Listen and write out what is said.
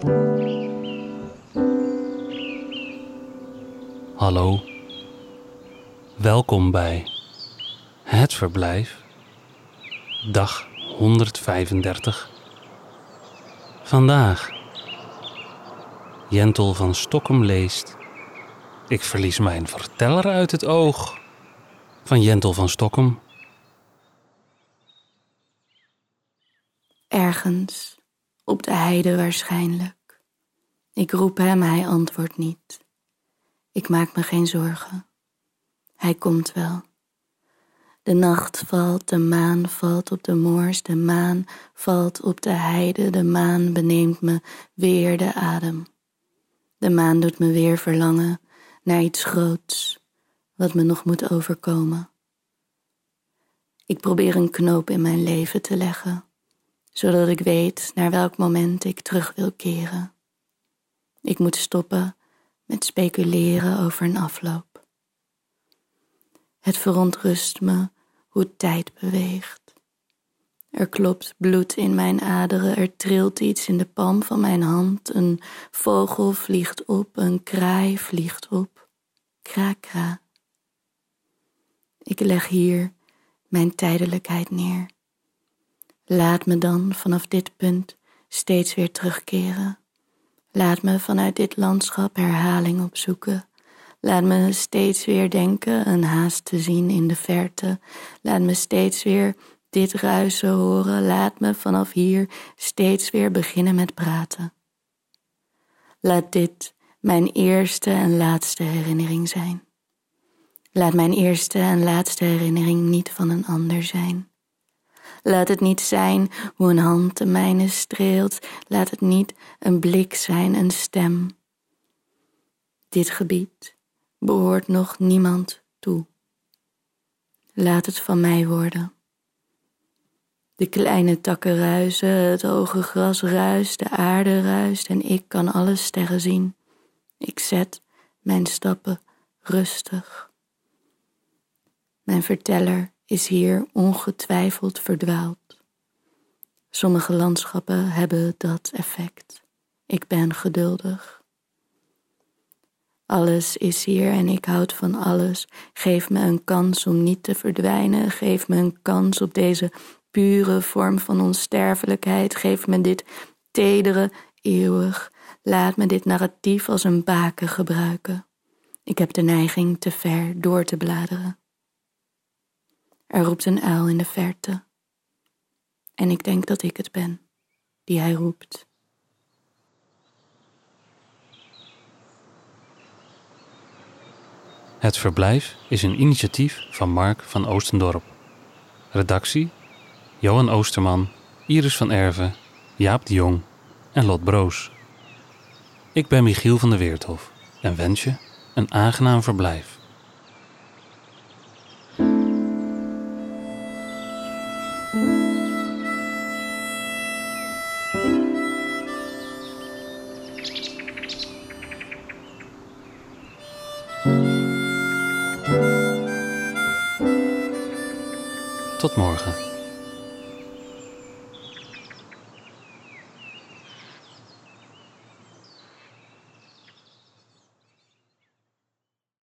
Hallo, welkom bij Het Verblijf, dag 135. Vandaag, Jentel van Stokkum leest Ik verlies mijn verteller uit het oog, van Jentel van Stokkum. Ergens, op de heide waarschijnlijk. Ik roep hem, hij antwoordt niet. Ik maak me geen zorgen. Hij komt wel. De nacht valt, de maan valt op de moors, de maan valt op de heide, de maan beneemt me weer de adem. De maan doet me weer verlangen naar iets groots, wat me nog moet overkomen. Ik probeer een knoop in mijn leven te leggen, zodat ik weet naar welk moment ik terug wil keren. Ik moet stoppen met speculeren over een afloop. Het verontrust me hoe tijd beweegt. Er klopt bloed in mijn aderen, er trilt iets in de palm van mijn hand. Een vogel vliegt op, een kraai vliegt op. Kra, kra. Ik leg hier mijn tijdelijkheid neer. Laat me dan vanaf dit punt steeds weer terugkeren. Laat me vanuit dit landschap herhaling opzoeken. Laat me steeds weer denken een haas te zien in de verte. Laat me steeds weer dit ruisen horen. Laat me vanaf hier steeds weer beginnen met praten. Laat dit mijn eerste en laatste herinnering zijn. Laat mijn eerste en laatste herinnering niet van een ander zijn. Laat het niet zijn hoe een hand de mijne streelt. Laat het niet een blik zijn, een stem. Dit gebied behoort nog niemand toe. Laat het van mij worden. De kleine takken ruisen, het hoge gras ruist, de aarde ruist en ik kan alle sterren zien. Ik zet mijn stappen rustig. Mijn verteller is hier ongetwijfeld verdwaald. Sommige landschappen hebben dat effect. Ik ben geduldig. Alles is hier en ik houd van alles. Geef me een kans om niet te verdwijnen. Geef me een kans op deze pure vorm van onsterfelijkheid. Geef me dit tedere eeuwig. Laat me dit narratief als een baken gebruiken. Ik heb de neiging te ver door te bladeren. Er roept een uil in de verte. En ik denk dat ik het ben, die hij roept. Het Verblijf is een initiatief van Mark van Oostendorp. Redactie: Johan Oosterman, Iris van Erven, Jaap de Jong en Lot Broos. Ik ben Michiel van der Weerthof en wens je een aangenaam verblijf. Tot morgen.